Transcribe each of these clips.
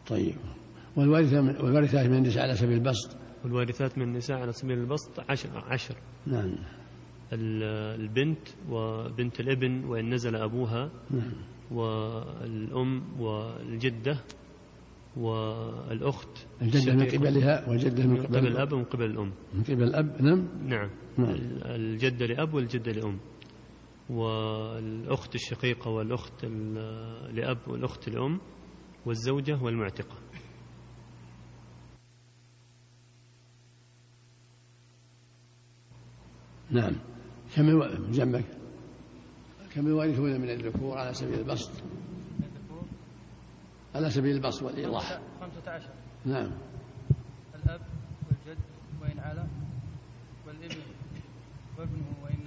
طيب. والوارثات من النساء على سبيل البسط. والوارثات من النساء على سبيل البسط 10. نعم. البنت وبنت الابن وإن نزل أبوها. نعم. والأم والجدة والأخت. الجدة من قبلها والجدة من قبل الأب ومن قبل الأم. من قبل الأب. نعم. نعم. الجدة لأب والجدة لأم، والأخت الشقيقة والأخت لأب والأخت لأم، والزوجة والمعتقة. نعم. كم يورثون من الذكور على سبيل البسط؟ على سبيل البسط والإيضاح. 15. نعم. الأب والجد وإن علا، والابن وابنه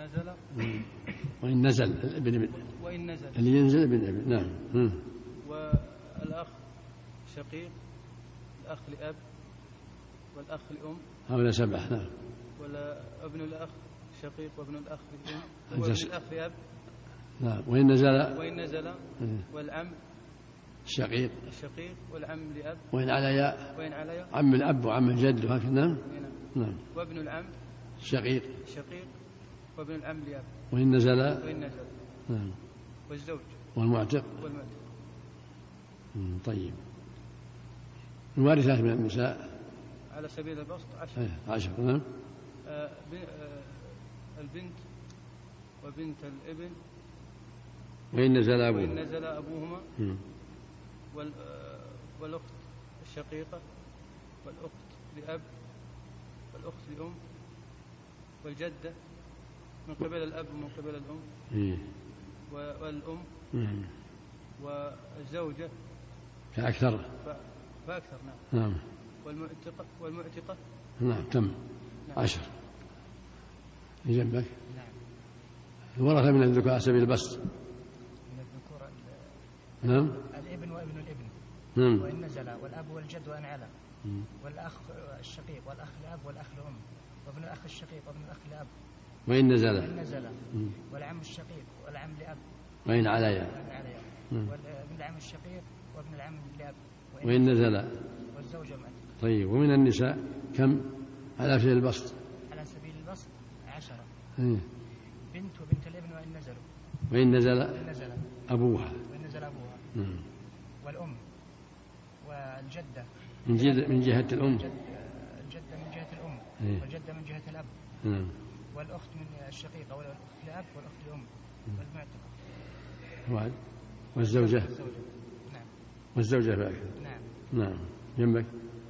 وإن نزل الابن وإن نزل اللي ينزل ابن ابن. نعم. والأخ شقيق، الأخ لأب، والأخ لأم. هؤلاء 7. نعم. وابن الأخ شقيق، وابن الأخ لأم، وابن الأخ لأب. نعم. وإن نزل والعم الشقيق والعم لأب. وإن عليا عم الأب وعم الجد وهكذا. نعم. وابن العم شقيق وابن العم لأب. وإن نزل. نعم. والزوج والمعتق. طيب. الوارثات من النساء على سبيل البسط 10. نعم. البنت وبنت الابن وإن نزل أبوهما، والأخت الشقيقة، والأخت لأب، والأخت لأم، والجدة من قبل الأب ومن قبل الأم، والأم، والزوجة فأكثر. نعم. والمعتقة. نعم. تم. 10. جنبك. نعم. الورثة من الذكور على سبيل البسط. من الذكور. نعم. الابن وابن الابن. نعم. وإن نزل، والأب والجد وإن علا، والأخ الشقيق، والأخ لأب، والأخ لأم، وابن الأخ الشقيق، وابن الأخ لأب. وإن نزل. والعم الشقيق، والعم لأب. وإن عليا. وابن العم الشقيق، وابن العم لأب. وإن نزل. والزوجة معتقة. طيب. ومن النساء كم على سبيل البسط؟ على سبيل البسط 10. بنت وبنت الابن وإن نزلوا. وإن نزل أبوها. والأم والجدة من جهة الأم. الجدة من جهة الأم. والجدة من جهة الأب. والأخت من الشقيقة، والأخت لأب، والأخت لأم، والمعتقة. والزوجة. نعم. والزوجة فأكثر. نعم. جنبك.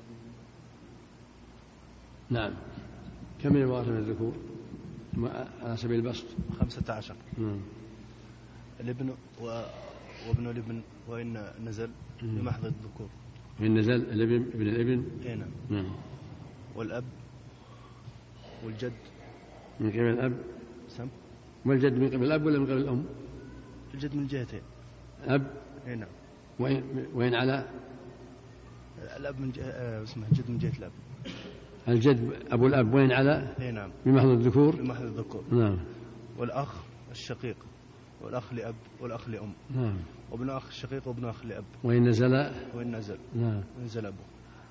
نعم. كم الورثة من الذكور على سبيل البسط؟ 15. الابن وابن الابن وإن نزل بمحض الذكور. وإن نزل الابن ابن الابن. نعم. والأب والجد من قبل الأب. والجد من قبل الأب ولا من قبل الأم؟ الجد من جهتين. أب. نعم. وإن على الأب من اسمه الجد من جهة الأب. الجد أبو الأب وإن على. نعم. بمحض الذكور. نعم. والأخ الشقيق، والأخ لأب، والأخ لأم. نعم. وابن أخ الشقيق وابن أخ لأب. وإن نزل. نعم. نزل أبوه.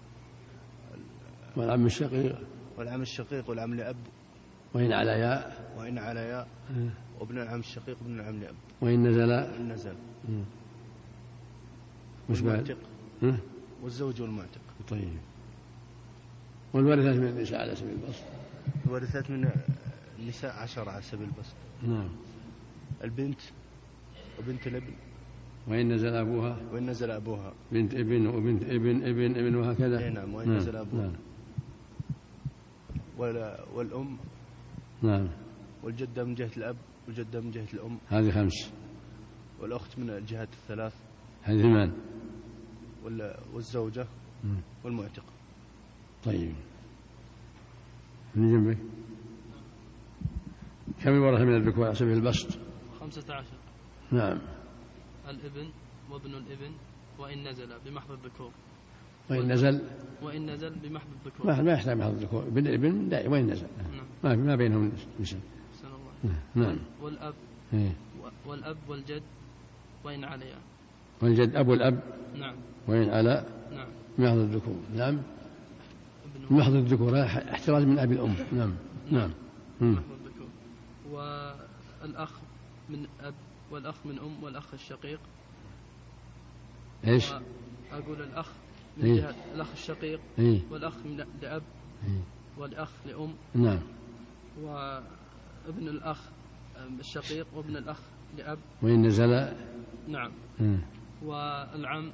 والعم الشقيق. والعم لأب. وإن عليا. وابن العم الشقيق وابن العم لأب. وإن نزل. والمعتق. والزوج والمعتق. طيب. والوارثات من النساء على سبيل البسط. الوارثات من النساء 10 على سبيل البسط. نعم. البنت وبنت الابن. وإن نزل أبوها. بنت ابن وبنت ابن وهكذا. نعم. وإن نزل أبوها. نعم. والأم. نعم. والجدة من جهة الأب، والجدة من جهة الأم. هذه 5. والأخت من الجهات 3. هذه 8. والزوجة والمعتق. طيب. من جنبك. كم الورثة من الذكور على سبيل البسط؟ 15. نعم. الابن وابن الابن وإن نزل بمحض الذكور. وإن نزل بمحض الذكور. ما يحتاج محض الذكور. ابن الابن لا وإن نزل. ما بينهم نساء. نعم. والأب والجد وإن عليا. والجد أبو الأب. نعم. وإن على. نعم. محض الذكور. نعم محض الذكور احتراز من أبي الأم. نعم نعم محض الذكور. والأخ من أب والأخ من أم والأخ الشقيق. إيش؟ أقول الأخ من جهة الأخ الشقيق والأخ من لأب والأخ لأم. نعم. وابن الأخ الشقيق وابن الأخ لأب وإن نزل. نعم. والعم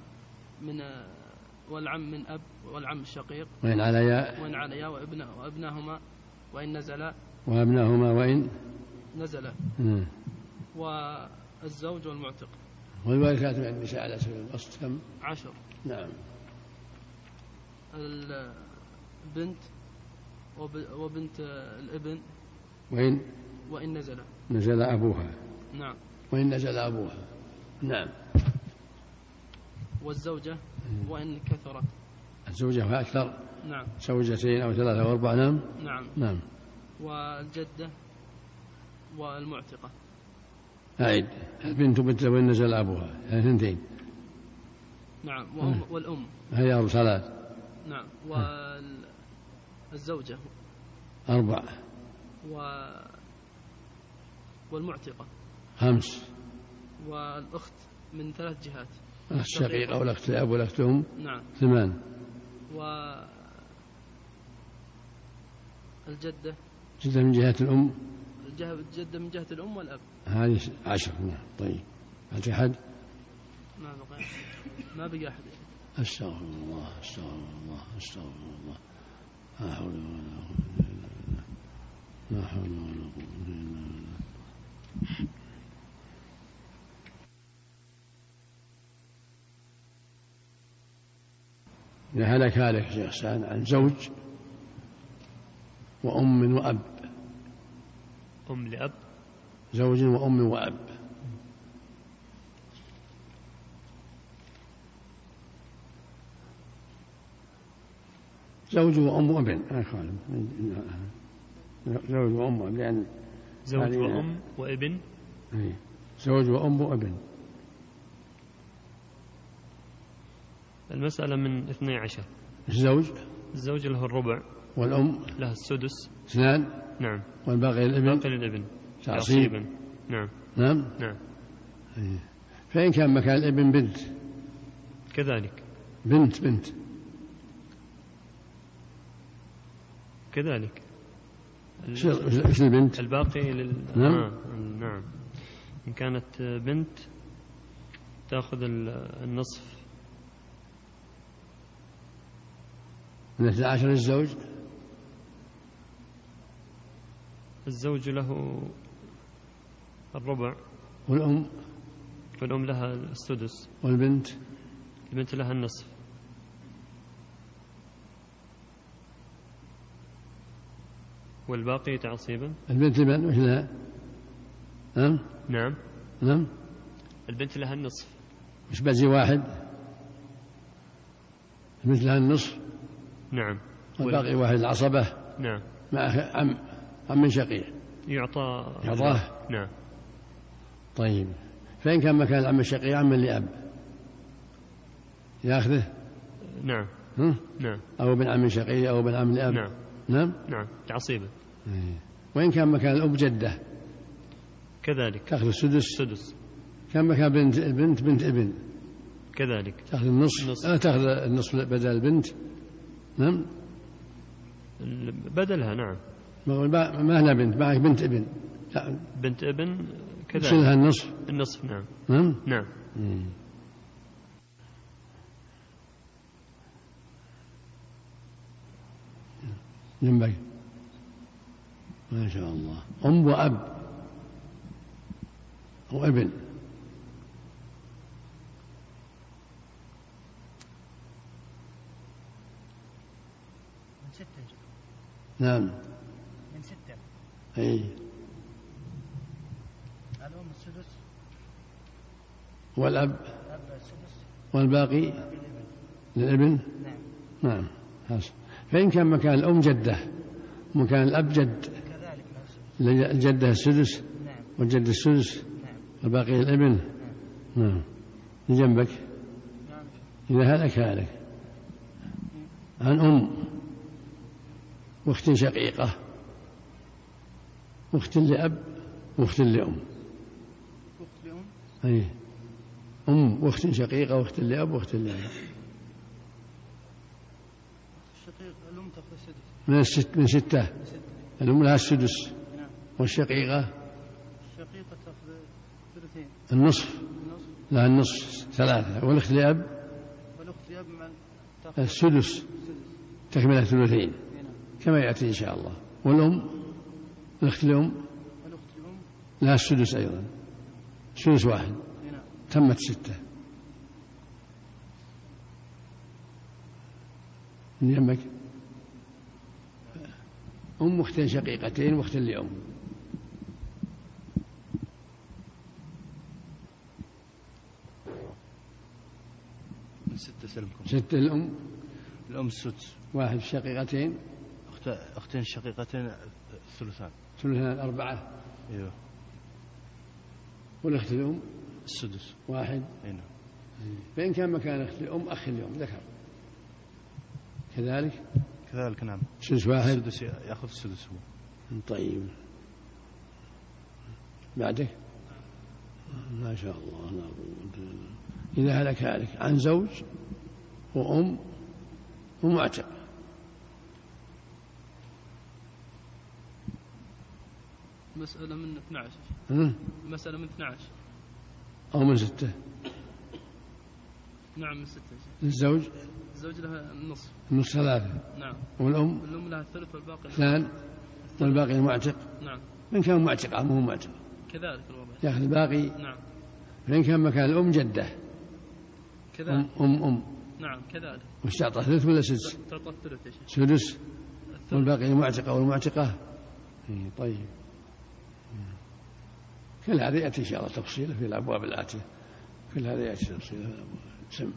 من أب والعم الشقيق وإن عليا وابنهما وإن نزلا وابنهما وإن نزلا. والزوج والمعتق. والوارثات من النساء على سبيل الوسط كم؟ 10. نعم. البنت وبنت الابن وإن نزل أبوها. نعم. وإن نزل أبوها. نعم. والزوجة وإن كثرت. الزوجة فأكثر. نعم. 2 أو 3 أو 4. نعم. نعم. نعم. والجدة والمعتقة. أعد. البنت بنت وإن نزل أبوها 2. نعم. والأم هي 4. نعم. والزوجة 4. والمعتقة 5. والأخت من 3 جهات. الشقيقة والأخت لأب والأخت أم. نعم. 8. والجدة جدة من جهة الأم. الجدة من جهة الأم والأب. هذه 10. نعم. طيب هل في أحد؟ ما بقى أحد. أستغفر الله أستغفر الله أستغفر الله. لا حول ولا قوة إلا بالله. لا حول ولا قوة إلا بالله. إذا هلك شيخ سعد عن زوج وأم وأب. أم لأب. زوج وأم وأب. زوج وأم وابن زوج وأم وابن لأن زوج وأم وابن. زوج وأم وابن. المسألة من 12. الزوج له الربع والأم لها السدس 2. نعم. والباقي للابن تعصيبا. نعم. نعم. نعم. فإن كان مكان الابن بنت كذلك. بنت كذلك. ايش البنت؟ الباقي نعم. نعم. إن كانت بنت تأخذ النصف. من 12 الزوج له الربع والأم لها السدس والبنت لها النصف. والباقي تعصيبا. البنت لمن وش لها؟ نعم. البنت لها النصف. مش بزي واحد. البنت لها النصف. نعم. والباقي واحد العصبة. نعم. مع عم شقيق يعطاه. نعم. طيب فإن كان مكان العم الشقيق عم لأب يأخذه. نعم. نعم. أو ابن عم شقيق أو ابن عم لأب. نعم. نعم تعصيبا. وإن كان مكان الأب جدة كذلك تأخذ السدس. كان مكان البنت بنت ابن كذلك تأخذ النصف. تأخذ النصف بدل البنت. نعم. بدلها. نعم. ما لها بنت معك بنت ابن. بنت ابن كذلك لها النصف. نعم. نعم. جنبك ما شاء الله. أم وأب وابن. من 6. نعم. من 6. أي. الأم السدس والأب السدس والباقي للابن. نعم. فإن كان مكان الأم جدة ومكان الأب جد الجدة السدس والجد السدس والباقي الابن. نعم. لجنبك إذا هلك عن أم واخت شقيقة واخت لأب واخت لأم. أخت لأم؟ أي أم واخت شقيقة واخت لأب واخت لأب. الشقيق الأم تأخذ السدس. من ستة. الأم لها السدس. والشقيقة الشقيقة تأخذ ثلثين. النصف. لها النصف 3. والأخت لأب السدس تكملة 2 كما يأتي إن شاء الله. والأم الأخت الأم لها السدس أيضا، سدس 1 تمت 6. من يمك أم أختين شقيقتين واخت لأم. من 6 سلمكم. 6 الأم. الأم السدس. 1 شقيقتين. أختين شقيقتين ثلثان. 4. أيوه. والأخت الأم السدس 1. نعم. فإن كان مكان أخت الأم أخ الأم ذكر كذلك نعم. سدس 1. السدس يأخذ السدس هو. طيب بعده ما شاء الله. لا إذا هلك عن زوج وأم ومعتق. مسألة من 12. مسألة من 12 أو من 6. نعم من 6. الزوج لها النصف. 3. نعم. والأم لها الثلث والباقي 2 والباقي المعتق. نعم. من كان معتق أو مو معتق كذلك الوضع يأخذ الباقي. نعم. فإن كان مكان الأم جدة كذلك. أم نعم كذلك. وش تعطى 3 ولا 6؟ تعطى الثلث يا شيخ. سدس والباقي المعتق أو المعتقة. طيب كل هذا يأتي إن شاء الله تفصيله في الأبواب الآتية. كل هذا يأتي تفصيله في الأبواب. سم.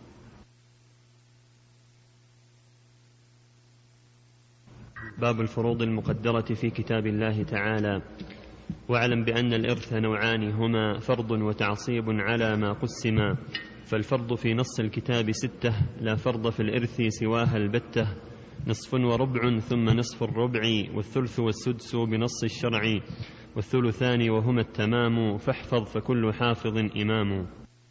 باب الفروض المقدرة في كتاب الله تعالى. واعلم بأن الإرث نوعان هما فرض وتعصيب على ما قسما. فالفرض في نص الكتاب 6 لا فرض في الإرث سواها البتة. نصف وربع ثم نصف الربع والثلث والسدس بنص الشرع والثلثان وهما التمام فاحفظ فكل حافظ إمام.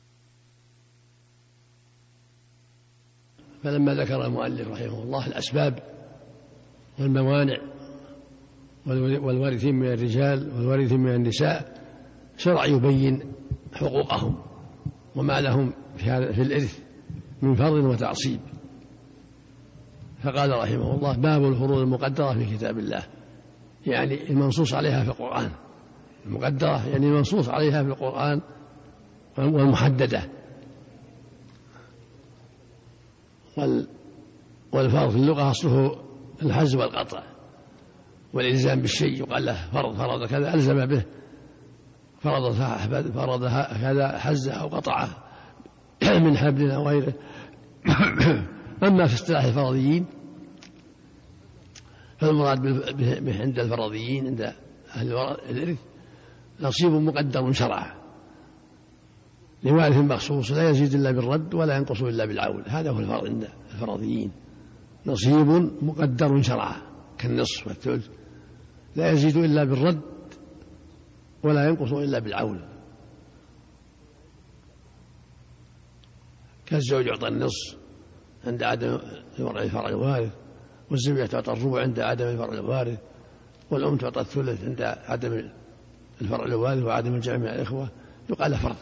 فلما ذكر المؤلف رحمه الله الأسباب والموانع والوارثين من الرجال والوارثين من النساء شرع يبين حقوقهم وما لهم في الإرث من فرض وتعصيب. فقال رحمه الله باب الفروض المقدرة في كتاب الله، يعني المنصوص عليها في القرآن. المقدرة يعني المنصوص عليها في القرآن والمحددة. والفرض في اللغة أصله الحز والقطع والإلزام بالشيء. يقال له فرض كذا ألزم به، فرض كذا حزه أو قطعه من حبل أو غيره. أما في اصطلاح الفرضيين فالمراد عند الفرضيين عند أهل الإرث نصيب مقدر شرعا لوارث مخصوص لا يزيد إلا بالرد ولا ينقص إلا بالعول. هذا هو الفرض عند الفرضيين، نصيب مقدر شرعا كالنصف والثلث لا يزيد إلا بالرد ولا ينقص إلا بالعول. كالزوج يعطى النصف عند عدم الفرع الوارث، والزوجة تعطى الربع عند عدم الفرع الوارث، والأم تعطى الثلث عند عدم الفرع الوارث وعدم الجمع مع الإخوة. يقال فرض.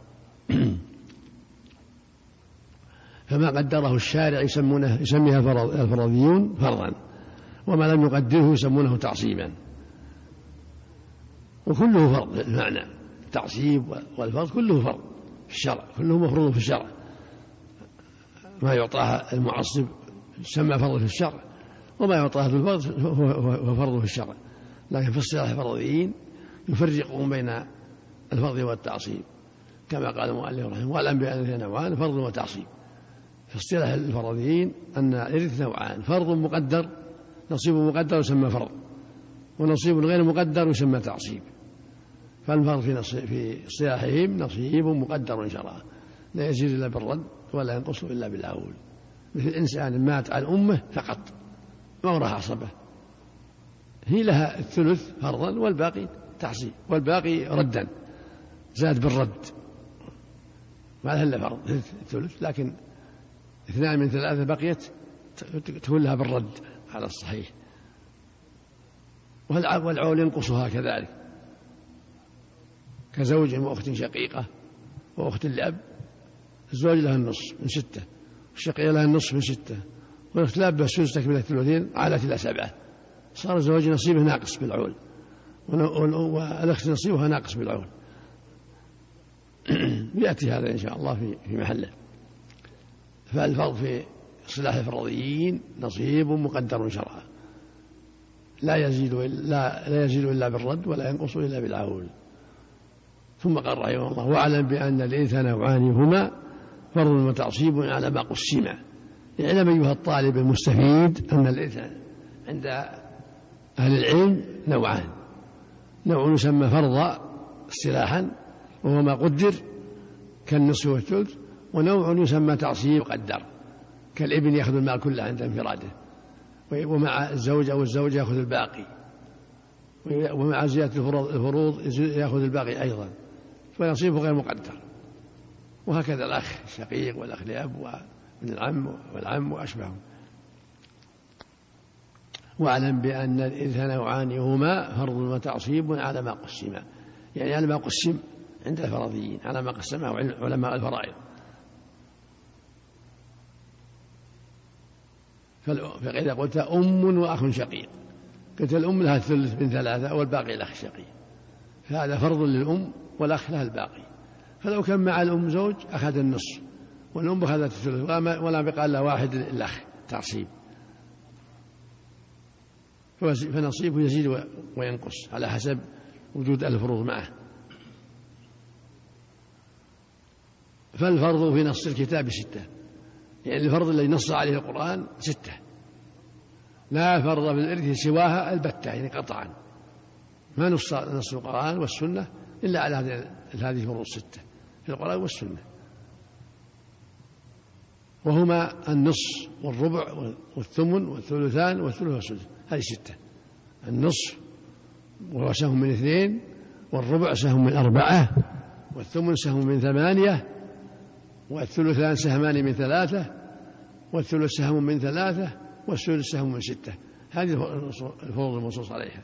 فما قدره الشارع يسميها الفرضيون فرضا، وما لم يقدره يسمونه تعصيبا. وكله فرض المعنى، التعصيب والفرض كله فرض في الشرع، كله مفروض في الشرع. ما يعطاها المعصب يسمى فرض في الشرع، وما يعطاها في الفرض هو فرض في الشرع. لكن في اصطلاح الفرضيين يفرقون بين الفرض والتعصيب كما قال المؤلف رحمه الله واعلم بأن نوعان فرض وتعصيب. في اصطلاح الفرضيين أن الإرث نوعان، فرض مقدر نصيب مقدر يسمى فرض، ونصيب غير مقدر يسمى تعصيب. فالفرض في اصطلاحهم نصيب مقدر شرعا لا يزيد إلا بالرد ولا ينقص إلا بالعول. مثل إنسان مات عن أمه فقط ما وراها عصبة، هي لها الثلث فرضا والباقي تعصيب، والباقي ردا زاد بالرد ما لها إلا فرض الثلث، لكن 2 من 3 بقيت تكون لها بالرد على الصحيح. والعول ينقصها كذلك كزوج وأخت شقيقة وأخت لأب، الزوج لها النصف من 6، والشقيقة لها النصف من 6، والأخت لأب بالسدس تكملة الثلثين عادت إلى 7، صار الزوج نصيبه ناقص بالعول والأخت نصيبها ناقص بالعول. يأتي هذا إن شاء الله في محله. فالفرض في اصطلاح الفرضيين نصيب مقدر شرعا لا يزيد إلا بالرد ولا ينقص إلا بالعول. ثم قال رحمه الله: واعلم بأن الإرث نوعان هما فرض وتعصيب على ما قسم. اعلم أيها الطالب المستفيد أن الإرث عند أهل العلم نوعان: نوع يسمى فرض اصطلاحا وهو ما قدر كالنصف والثلث، ونوع يسمى تعصيب قدر كالابن يأخذ المال كله عند انفراده، ومع الزوج أو الزوجة يأخذ الباقي، ومع زيادة الفروض يأخذ الباقي أيضا، فنصيبه غير مقدر. وهكذا الأخ الشقيق والأخ لأب وابن العم والعم وأشبههم. واعلم بأن الإرث نوعان هما فرض وتعصيب على ما قسم، يعني على ما قسم عند الفرضيين، على ما قسمه علماء الفرائض. فإذا قلت أم وأخ شقيق، قلت الأم لها الثلث من 3 والباقي الأخ الشقيق، فهذا فرض للأم والأخ لها الباقي. فلو كان مع الأم زوج أخذ النصف والأم أخذت الثلث، ولا بقى إلا واحد الأخ تعصيب، فنصيبه يزيد وينقص على حسب وجود الفروض معه. فالفرض في نص الكتاب 6، يعني الفرض الذي نص عليه القرآن 6، لا فرض في الإرث سواها البتة، يعني قطعا ما نص القرآن والسنة إلا على هذه الفروض 6 في القرآن والسنة، وهما النصف والربع والثمن والثلثان والثلث والسدس، هذه 6. النصف وهو سهم من 2، والربع سهم من 4، والثمن سهم من 8، والثلثان سهمان من 3، والثلث سهم من 3، والسدس سهم من 6. هذه الفروض المنصوص عليها.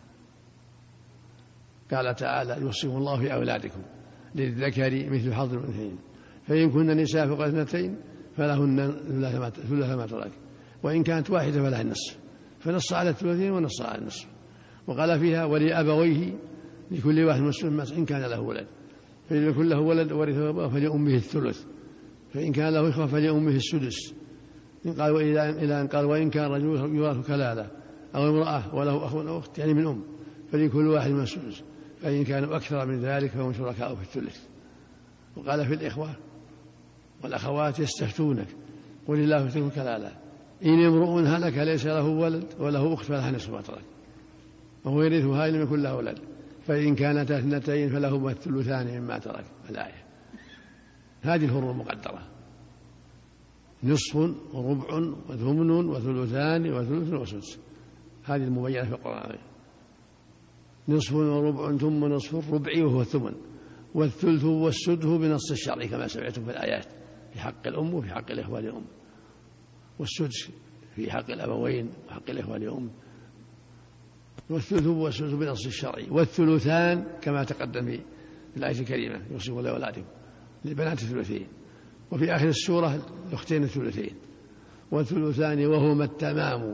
قال تعالى: يوصيكم الله في أولادكم للذكر مثل حظ الأنثيين، فإن كن نساء فوق 2 فلهن ثلث ما ترك، وإن كانت واحدة فلها النصف. فنص على الثلثين ونص على النصف. وقال فيها: ولأبويه لكل واحد مسلم إن كان له ولد، فإن يكن له ولد ورثه أبوه فلأمه الثلث، فإن كان له إخوة فلأمه السدس. إلى أن قال: وإن كان رجل يورث كلالة أو امرأة وله أخ أو أخت يعني من أم فلكل واحد من السدس، فإن كانوا أكثر من ذلك فهم شركاء في الثلث. وقال في الإخوة والأخوات: يستفتونك قل الله يفتيكم كلالة إن امرؤ هلك ليس له ولد وله أخت فلها نصف ما ترك وهو يرثها إن لم يكن له ولد، فإن كانتا 2 فلهما الثلثان مما ترك. الآية. هذه الفروض المقدرة: نصف وربع وثمن وثلثان وثلث وسدس، هذه المبينة في القرآن. نصف وربع ثم نصف الربع وهو الثمن، والثلث والسدس بنص الشرع كما سمعتم في الآيات في حق الأم وفي حق الإخوة لأم، والسدس في حق الأبوين وحق الإخوة لأم، والثلث والسدس بنص الشرع، والثلثان كما تقدم في الآية الكريمة: يوصيكم الله أولادكم للبنات الثلثين، وفي آخر السورة الأختين الثلثين، والثلثان وهما التمام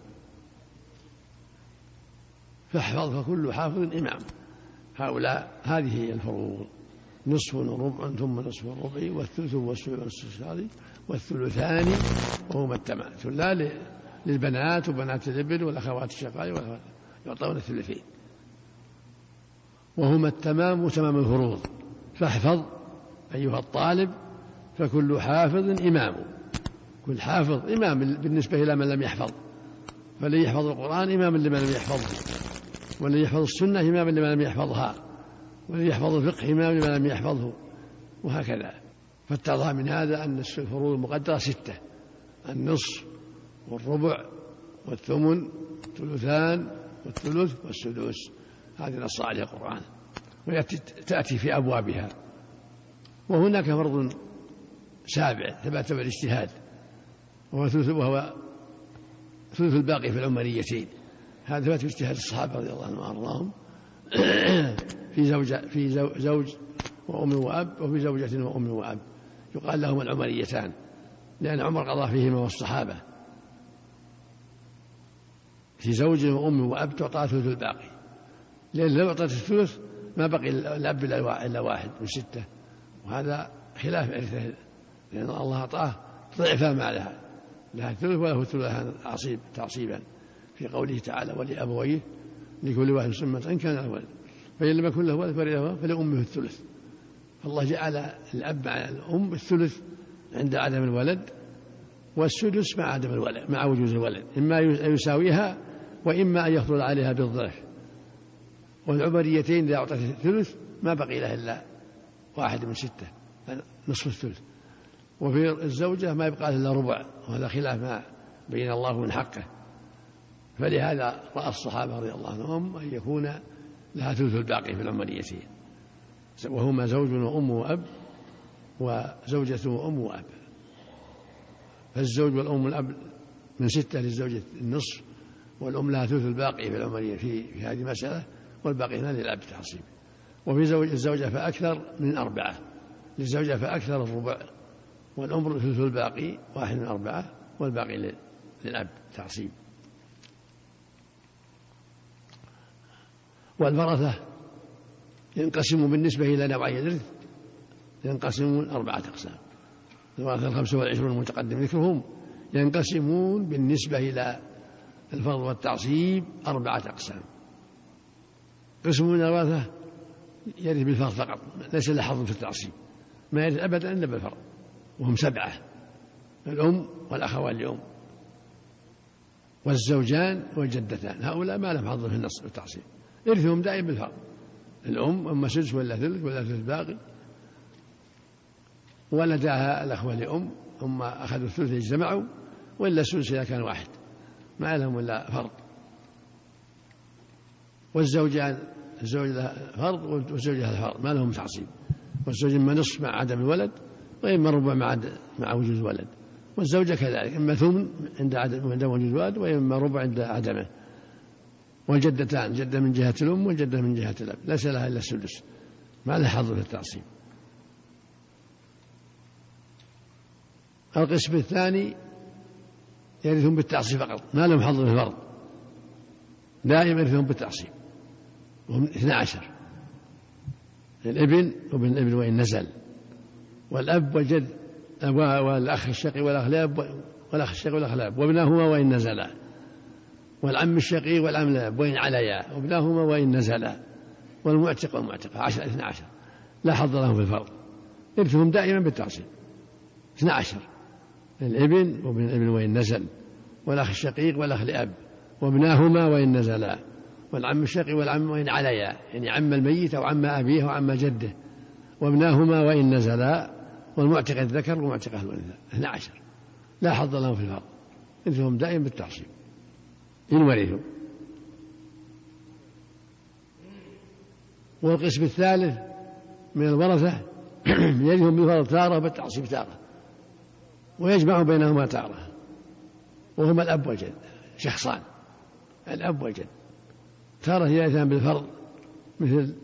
فاحفظ فكل حافظ إمام. هذه هي الفروض: نصف وربع ثم نصف الربع والثلث والسدس والثلثان وهما التمام. لا للبنات وبنات الابن والأخوات الشقائق يعطون الثلثين، وهما التمام تمام الفروض. فاحفظ أيها الطالب فكل حافظ إمام. كل حافظ إمام بالنسبة إلى من لم يحفظ، فالذي يحفظ القرآن إمام لمن لم يحفظه، والذي يحفظ السنة إمام لمن لم يحفظها، والذي يحفظ الفقه إمام لمن لم يحفظه، وهكذا. فاتضح من هذا أن الفروض المقدرة 6: النصف والربع والثمن والثلثان والثلث والسدس. هذه نص عليها القرآن وتأتي في أبوابها. وهناك فرض سابع ثبت بالاجتهاد وهو ثلث الباقي في العمريتين. هذا ثبت باجتهاد الصحابة رضي الله عنهم وأرضاهم في زوج وأم وأب وفي زوجة وأم وأب، يقال لهما العمريتان لأن عمر قضى فيهما والصحابة. في زوج وأم وأب تعطى ثلث الباقي، لأن لو أعطت الثلث ما بقي الأب إلا واحد من 6، وهذا خلاف إرثه لأن الله أعطاه ضعف ما لها الثلث وله الثلثان تعصيبا في قوله تعالى ولأبويه لكل واحد سمة إن كان له ولد فإن لم يكن له ولد فلأمه الثلث. فالله جعل الأب مع الأم الثلث عند عدم الولد والسدس مع عدم الولد مع وجود الولد، إما أن يساويها وإما أن يفضل عليها بالضعف. والعمريتين إذا أعطت الثلث ما بقي لها إلا واحد من 6 نصف الثلث. وفي الزوجة ما يبقى إلا ربع، وهذا خلاف ما بين الله من حقه. فلهذا رأى الصحابة رضي الله عنهم أن يكون لها ثلث الباقي في العمريتين، وهما زوج وأم وأب وزوجة وأم وأب. فالزوج والأم والأب من 6 للزوجة النصف، والأم لها ثلث الباقي في العمرية في هذه المسألة، والباقي هنا للأب تعصيب. وفي الزوجة فأكثر من 4، للزوجة فأكثر الربع، والأم ثلث الباقي 1 من 4 والباقي للأب تعصيب. والورثة ينقسم بالنسبة إلى نوعي الإرث ينقسمون 4 أقسام. الورثة 25 المتقدم ذكرهم ينقسمون بالنسبة إلى الفرض والتعصيب 4 أقسام. قسم من الورثة يرث بالفرض فقط ليس له حظ في التعصيب، ما يرث أبدا إلا بالفرض، وهم 7: الأم والأخوان لأم والزوجان والجدتان. هؤلاء ما لهم حظ في النص والتعصيب، يرثهم دائما بالفرض. الأم أما سدس ولا ثلث ولا ثلث باقي، ولداها الأخوة لأم هم أخذوا الثلث اجتمعوا، وإلا السدس إذا كان واحد ما لهم إلا فرض. والزوجان الزوج له فرض والزوجة لها فرض ما لهم تعصيب. والزوج إما نصف مع عدم الولد وإما ربع مع وجود الولد، والزوجة كذلك إما ثمن عند وجود الولد وإما ربع عند عدمه. والجدتان جدة من جهة الأم والجدة من جهة الأب ليس لها إلا السدس ما لها حظ في التعصيب. القسم الثاني يرثون بالتعصيب فقط ما لهم حظ في الفرض، دائما يرثون بالتعصيب، وهم 12: الابن وابن الابن وإن نزل، والأب والجد والأخ الشقي والأخ الأب والأخ الشقي والأخ الأب وابناهما وإن نزلا، والعم الشقي والعم الأب وإن عليا وابناهما وإن نزلا، والمعتق والمعتقة 12 لا حظ لهم في الفرض، يرثهم دائما بالتعصيب 12: الابن وابن الابن وإن نزل، والأخ الشقيق والأخ الأب وابناهما وإن نزلا، والعم الشقي والعم وإن عليا يعني عم الميت أو عم أبيه وعم جده، وابناهما وإن نزلا، والمعتق الذكر ومعتقه الأنثى 12 لا حظ لهم في الفرض، يرثهم دائما بالتعصيب إن ورثوا. والقسم الثالث من الورثة يرثهم بالفرض تارة وبالتعصيب تارة، ويجمع بينهما تارة، وهما الأب والجد شخصان، الأب والجد تارة يرثان بالفرض مثل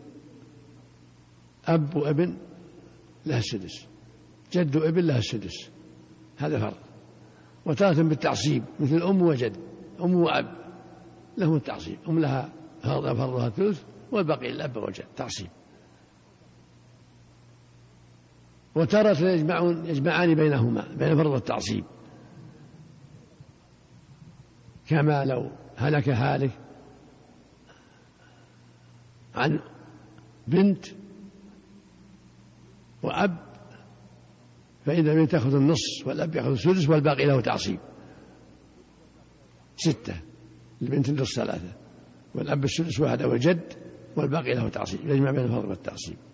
أب وابن له السدس، جد وابن له السدس هذا فرض. وتارة بالتعصيب مثل أم وجد، أم وأب لهم التعصيب، أم لها فرضها الثلث والباقي الأب والجد تعصيب. وتارة يجمعان بينهما بين فرض والتعصيب، كما لو هلك هالك عن بنت وأب فإن البنت تأخذ النص والأب يأخذ السدس والباقي له تعصيب 6: البنت النص 3 والأب السدس 1 والجد والباقي له تعصيب، يجمع بين الفرض والتعصيب.